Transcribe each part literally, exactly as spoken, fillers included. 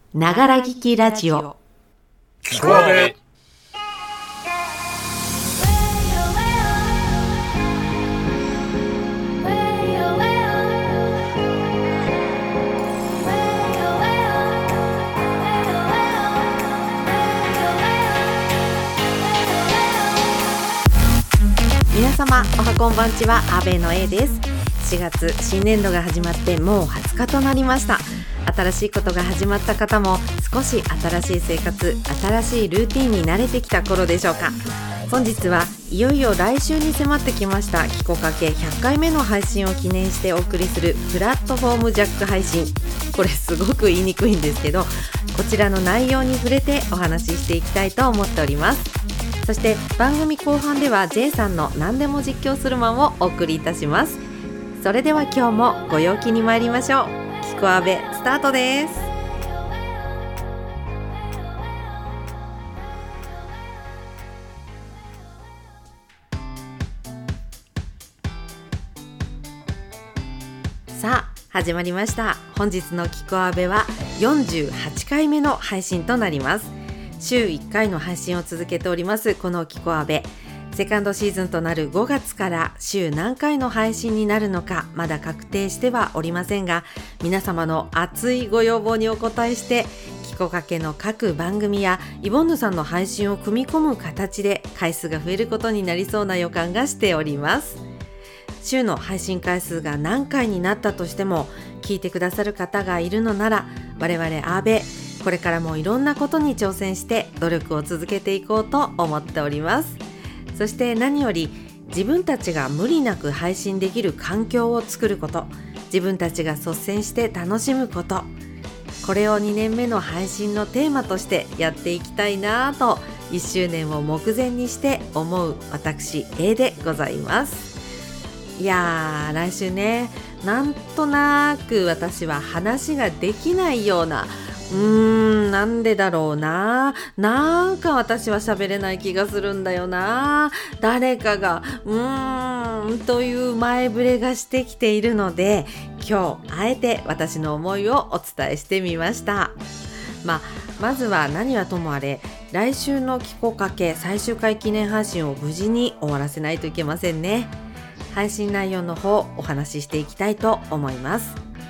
ながら聞きラジオ聞こえ。 皆様おはこんばんちは、阿部の A です。しがつ新年度が始まってもうはつかとなりました。新しいことが始まった方も少し新しい生活、新しいルーティンに慣れてきた頃でしょうか。本日はいよいよ来週に迫ってきましたキコかけひゃっかいめの配信を記念してお送りするプラットフォームジャック配信。これすごく言いにくいんですけど、こちらの内容に触れてお話ししていきたいと思っております。そして番組後半では J さんの何でも実況するマンをお送りいたします。それでは今日もご陽気に参りましょう。キコアベスタートです。さあ始まりました。本日のキコアベはよんじゅうはちかいめの配信となります。週いっかいの配信を続けておりますこのキコアベ。セカンドシーズンとなるごがつから週何回の配信になるのかまだ確定してはおりませんが、皆様の熱いご要望にお応えしてキコかけの各番組やイボンヌさんの配信を組み込む形で回数が増えることになりそうな予感がしております。週の配信回数が何回になったとしても聞いてくださる方がいるのなら、我々阿部これからもいろんなことに挑戦して努力を続けていこうと思っております。そして何より自分たちが無理なく配信できる環境を作ること、自分たちが率先して楽しむこと、これをにねんめの配信のテーマとしてやっていきたいなといっしゅうねんを目前にして思う私 A でございます。いやー来週ね、なんとなく私は話ができないような、うーんなんでだろうな、なんか私は喋れない気がするんだよな、誰かがうーんという前触れがしてきているので、今日あえて私の思いをお伝えしてみました。まあ、まずは何はともあれ来週のキコかけ最終回記念配信を無事に終わらせないといけませんね。配信内容の方お話ししていきたいと思います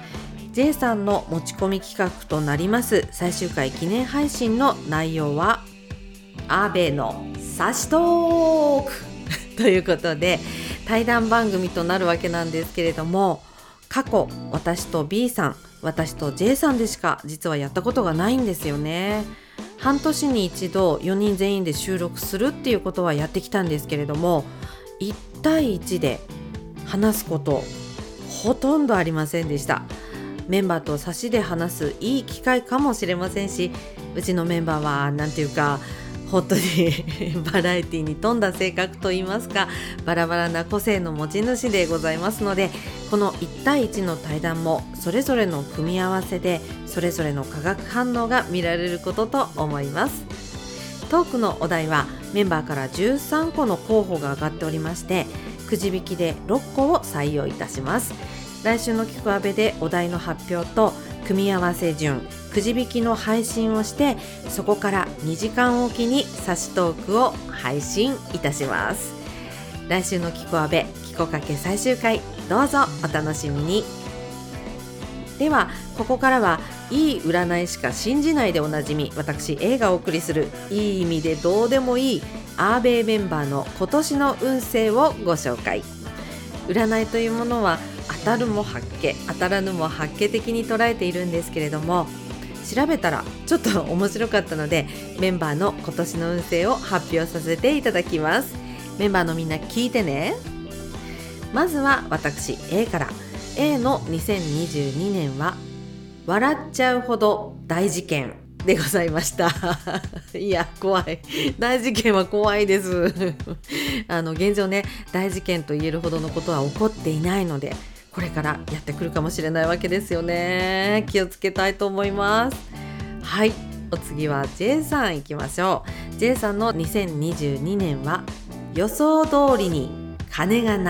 。J さんの持ち込み企画となります最終回記念配信の内容は阿部のサシトークということで対談番組となるわけなんですけれども、過去私と B さん、私と J さんでしか実はやったことがないんですよね。半年に一度よにん全員で収録するっていうことはやってきたんですけれども、いち対いちで話すことほとんどありませんでした。メンバーと差しで話すいい機会かもしれませんし、うちのメンバーはなんていうか本当にバラエティに富んだ性格といいますか、バラバラな個性の持ち主でございますので、このいち対いちの対談もそれぞれの組み合わせでそれぞれの化学反応が見られることと思います。トークのお題はメンバーからじゅうさんこの候補が上がっておりまして、くじ引きでろっこを採用いたします。来週のキコアベでお題の発表と組み合わせ順、くじ引きの配信をして、そこからにじかんおきにサシトークを配信いたします。来週のキコアベキコかけ最終回、どうぞお楽しみに。ではここからはいい占いしか信じないでおなじみ私 A がお送りする、いい意味でどうでもいいアーベイメンバーの今年の運勢をご紹介。占いというものは当たるも八卦、当たらぬも八卦的に捉えているんですけれども、調べたらちょっと面白かったのでメンバーの今年の運勢を発表させていただきます。メンバーのみんな聞いてね。まずは私 A から。 A のにせんにじゅうにねんは笑っちゃうほど大事件でございましたいや怖い、大事件は怖いですあの現状ね、大事件と言えるほどのことは起こっていないので、これからやってくるかもしれないわけですよね。気をつけたいと思います。はい、お次は J さんいきましょう。 J さんのにせんにじゅうにねんは予想通りに金がない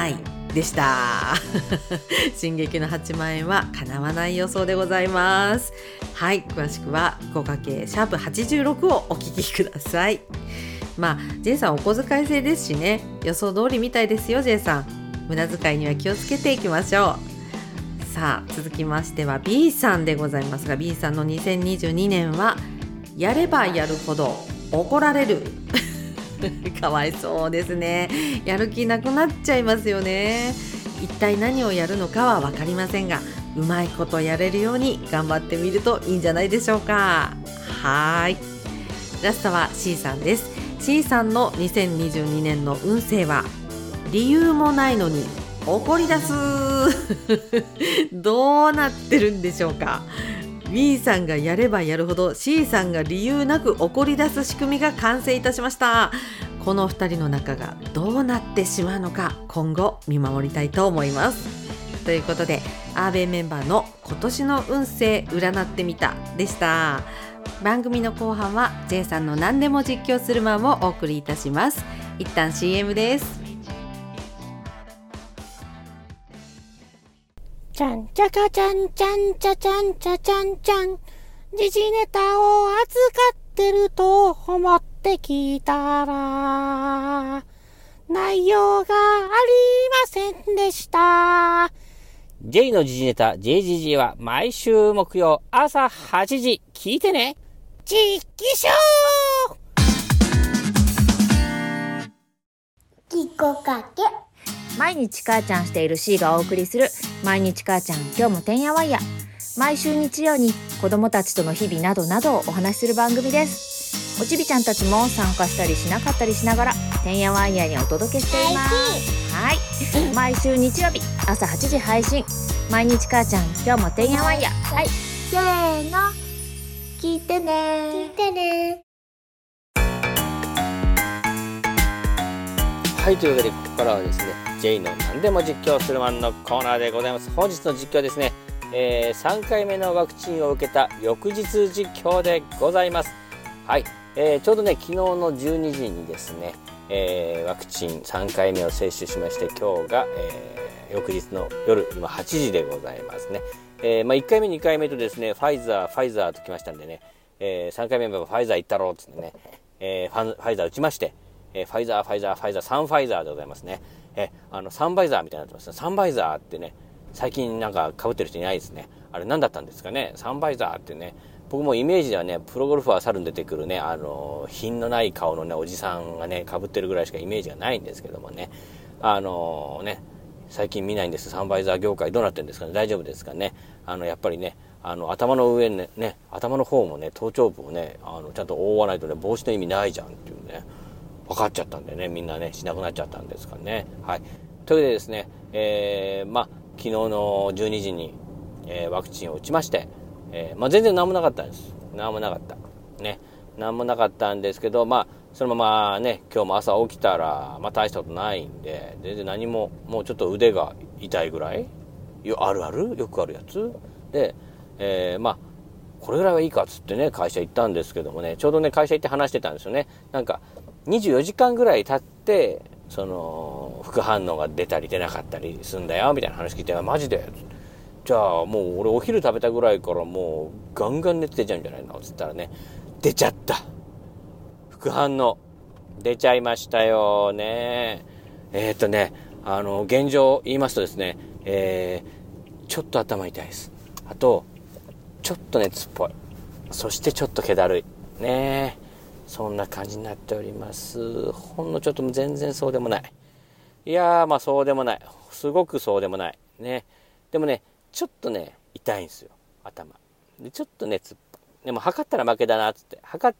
でした進撃のはちまん円は叶わない予想でございます。はい、詳しくは福岡系シャープはちじゅうろくをお聞きください。まあ J さんお小遣い制ですしね、予想通りみたいですよ。 J さん無駄遣いには気をつけていきましょう。さあ続きましては B さんでございますが、 B さんのにせんにじゅうにねんはやればやるほど怒られるかわいそうですね。やる気なくなっちゃいますよね。一体何をやるのかは分かりませんが、うまいことやれるように頑張ってみるといいんじゃないでしょうか。はい、ラストは C さんです。 C さんのにせんにじゅうにねんの運勢は理由もないのに怒り出すどうなってるんでしょうか。 B さんがやればやるほど C さんが理由なく怒り出す仕組みが完成いたしました。このふたりの仲がどうなってしまうのか今後見守りたいと思います。ということでアーベイメンバーの今年の運勢占ってみたでした。番組の後半は J さんの何でも実況するマンをお送りいたします。一旦 シーエム です。 ちゃんちゃかちゃんちゃんちゃちゃんちゃちゃんちゃん、時事ネタを預かってると思って聞いたら内容がありませんでした。 J の時事ネタ ジェイジージー は毎週木曜朝はちじ聞いてね。 実機ショーキコかけ毎日母ちゃんしている C がお送りする毎日母ちゃん今日もてんやわんや。毎週日曜に子供たちとの日々などなどをお話しする番組です。おちびちゃんたちも参加したりしなかったりしながらてんやわんやにお届けしています。はい、毎週日曜日朝はちじ配信、毎日母ちゃん今日もてんやわんや。はい、せーの聞いてね聞いてね。 はい、というわけでここからはですね J の何でも実況するマンのコーナーでございます。本日の実況はですね、えー、さんかいめのワクチンを受けた翌日実況でございます。はい、えー、ちょうどね昨日のじゅうにじにですね、えー、ワクチンさんかいめを接種しまして、今日が、えー、翌日の夜今はちじでございますね。えーまあ、いっかいめにかいめとですねファイザーファイザーときましたんでね、えー、さんかいめはファイザー行ったろうっつってね、えー、ファンファイザー打ちまして、えー、ファイザーファイザーファイザーさんファイザーでございますね。えー、あのさんバイザーみたいになってますね。さんバイザーってね最近なんか被ってる人いないですね。あれ何だったんですかね、さんバイザーってね。僕もイメージではねプロゴルファー猿に出てくるねあの品のない顔のねおじさんがね被ってるぐらいしかイメージがないんですけどもね、あのね最近見ないんです。サンバイザー業界どうなってるんですかね、大丈夫ですかね。あのやっぱりねあの頭の上ねね頭の方もね頭頂部をねあのちゃんと覆わないとね帽子の意味ないじゃんっていうね分かっちゃったんでね、みんなねしなくなっちゃったんですかね。はい、というわけでですね、えー、まあ昨日のじゅうにじに、えー、ワクチンを打ちまして、えー、まあ全然何もなかったんです。何もなかったね何もなかったんですけど、まあそのままね今日も朝起きたらまあ大したことないんで全然何も、もうちょっと腕が痛いぐらいあるあるよくあるやつで、えー、まあこれぐらいはいいかっつってね会社行ったんですけどもね、ちょうどね会社行って話してたんですよね。なんかにじゅうよじかんぐらい経ってその副反応が出たり出なかったりするんだよみたいな話聞いて、マジでじゃあもう俺お昼食べたぐらいからもうガンガン熱出ちゃうんじゃないのっつったらね、出ちゃった、副反応出ちゃいましたよね。えー、っとねあの現状言いますとですね、えー、ちょっと頭痛いです。あとちょっと熱っぽい、そしてちょっと気だるいね、そんな感じになっております。ほんのちょっとも全然そうでもない、いやーまあそうでもない、すごくそうでもないね。でもねちょっとね痛いんですよ頭で、ちょっと熱っぽい。でも測ったら負けだなっつって測って、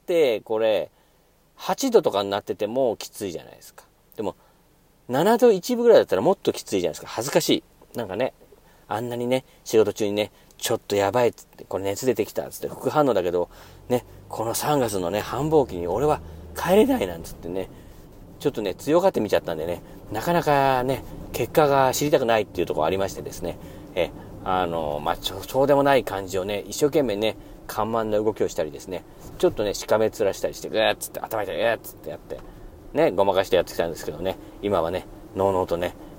これはちどとかになっててもきついじゃないですか。でもななどいちぶぐらいだったらもっときついじゃないですか。恥ずかしい、なんかねあんなにね仕事中にねちょっとやばいっつって、これ熱出てきたっつって副反応だけどね、このさんがつのね繁忙期に俺は帰れないなんつってね、ちょっとね強がってみちゃったんでね、なかなかね結果が知りたくないっていうところありましてですね、えあのまあちょそうでもない感じをね一生懸命ね緩慢な動きをしたりですね、ちょっとねしかめつらしたりしてグーッつって頭痛いグーッつってやってねごまかしてやってきたんですけどね、今はねのうのうとね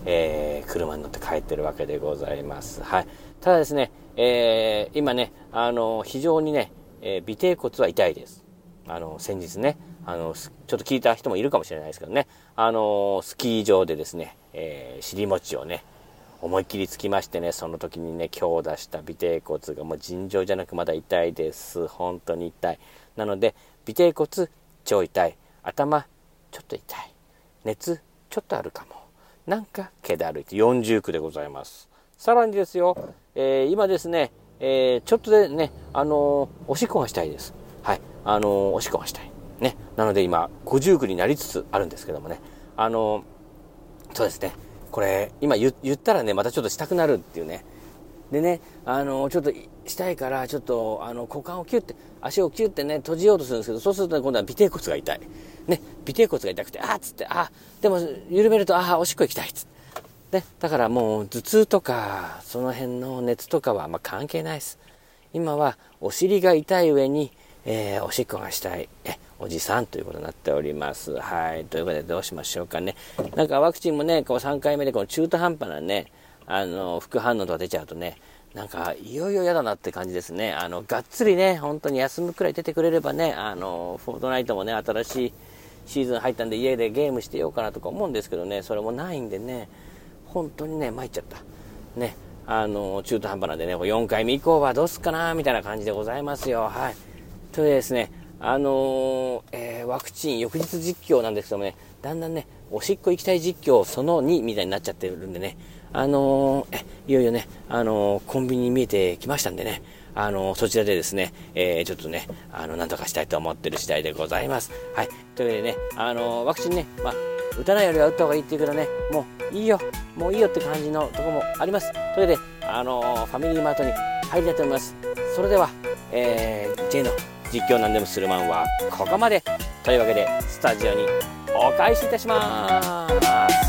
えー、車に乗って帰ってるわけでございます。はい。ただですね、えー、今ね、あの非常にね、えー、尾てい骨は痛いです。あの先日ね、あのちょっと聞いた人もいるかもしれないですけどね、あのスキー場でですね、えー、尻餅をね思いっきりつきましてね、その時にね強打した尾てい骨がもう尋常じゃなくまだ痛いです。本当に痛い。なので尾てい骨超痛い、頭ちょっと痛い、熱ちょっとあるかも、なんか気だるいとよんじゅうきゅうでございます。さらにですよ、えー、今ですね、えー、ちょっとでね、あのー、おしっこがしたいです。はい、あのー、おしっこがしたいね。なので今ごじゅうきゅうになりつつあるんですけどもね、あのー、そうですね、これ今 言, 言ったらねまたちょっとしたくなるっていうね。でね、あのちょっとしたいからちょっとあの股間をキュッて足をキュッてね閉じようとするんですけど、そうすると、ね、今度は尾てい骨が痛いね。尾てい骨が痛くてあーっつってあでも緩めるとあおしっこ行きたいっつってね。だからもう頭痛とかその辺の熱とかはまあ関係ないです。今はお尻が痛い上に、えー、おしっこがしたいえおじさんということになっております。はい、ということでどうしましょうかね。なんかワクチンもねこうさんかいめでこの中途半端なねあの副反応とか出ちゃうとね、なんかいよいよ嫌だなって感じですね。あのがっつりね本当に休むくらい出てくれればね、あのフォートナイトもね新しいシーズン入ったんで家でゲームしてようかなとか思うんですけどね、それもないんでね本当にね参っちゃったね。あの中途半端なんでねよんかいめ以降はどうすっかなみたいな感じでございますよ。はい、というですね、あのーえー、ワクチン翌日実況なんですけどもね、だんだんねおしっこ行きたい実況そのにみたいになっちゃってるんでね、あのー、えいよいよね、あのー、コンビニに見えてきましたんでね、あのー、そちらでですね、えー、ちょっとねあのなんとかしたいと思ってる次第でございます。はい、というわけでね、あのー、ワクチンね、まあ、打たないよりは打った方がいいっていうけどね、もういいよもういいよって感じのところもあります。というわけで、あのー、ファミリーマートに入りたいと思います。それでは、えー、J の実況なんでもするマンはここまでというわけでスタジオにお返しいたします。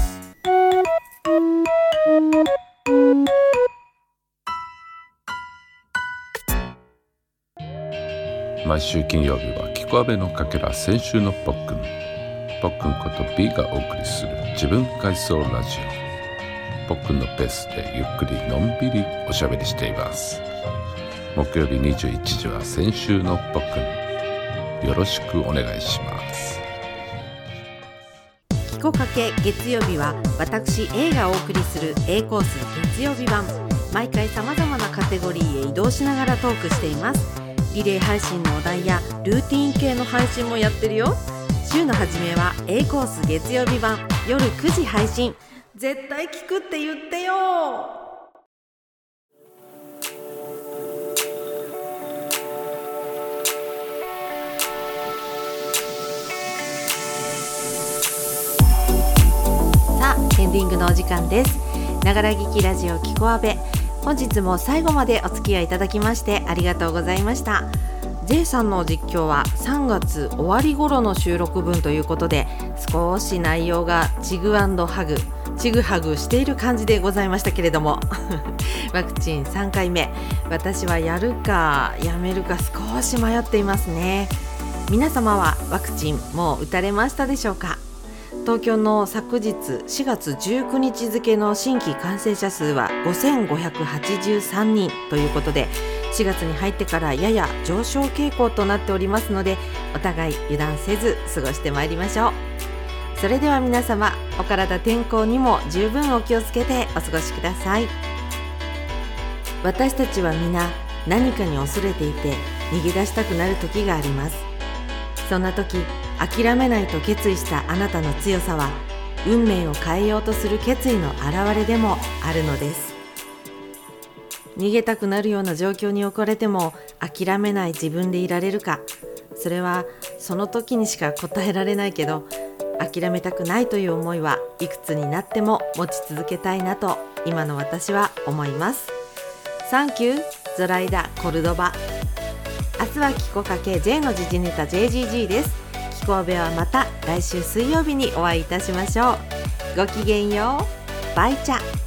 毎週金曜日はキコアベのかけら先週のポックンポックンこと B がお送りする自分回想ラジオ。ポックンのペースでゆっくりのんびりおしゃべりしています。木曜日にじゅういちじは先週のポックン、よろしくお願いします。 キコかけ月曜日は私 A がお送りする A コース月曜日版。毎回さまざまなカテゴリーへ移動しながらトークしています。リレー配信のお題やルーティン系の配信もやってるよ。週の初めは A コース月曜日版夜くじ配信。絶対聞くって言ってよ。さあエンディングのお時間です。ながら聞きラジオキコアベ、本日も最後までお付き合いいただきましてありがとうございました。 J さんの実況はさんがつ終わり頃の収録分ということで、少し内容がチグ&ハグチグハグしている感じでございましたけれどもワクチンさんかいめ、私はやるかやめるか少し迷っていますね。皆様はワクチンもう打たれましたでしょうか。東京の昨日しがつじゅうくにち付の新規感染者数はごせんごひゃくはちじゅうさんにんということで、しがつに入ってからやや上昇傾向となっておりますので、お互い油断せず過ごしてまいりましょう。それでは皆様、お体天候にも十分お気をつけてお過ごしください。私たちは皆何かに恐れていて逃げ出したくなる時があります。そんな時、諦めないと決意したあなたの強さは運命を変えようとする決意の表れでもあるのです。逃げたくなるような状況に置かれても諦めない自分でいられるか、それはその時にしか答えられないけど、諦めたくないという思いはいくつになっても持ち続けたいなと今の私は思います。サンキューゾライダコルドバ。明日はキコかけ J の時事ネタ ジェイジージー です。キコアベはまた来週水曜日にお会いいたしましょう。ごきげんよう。バイチャ。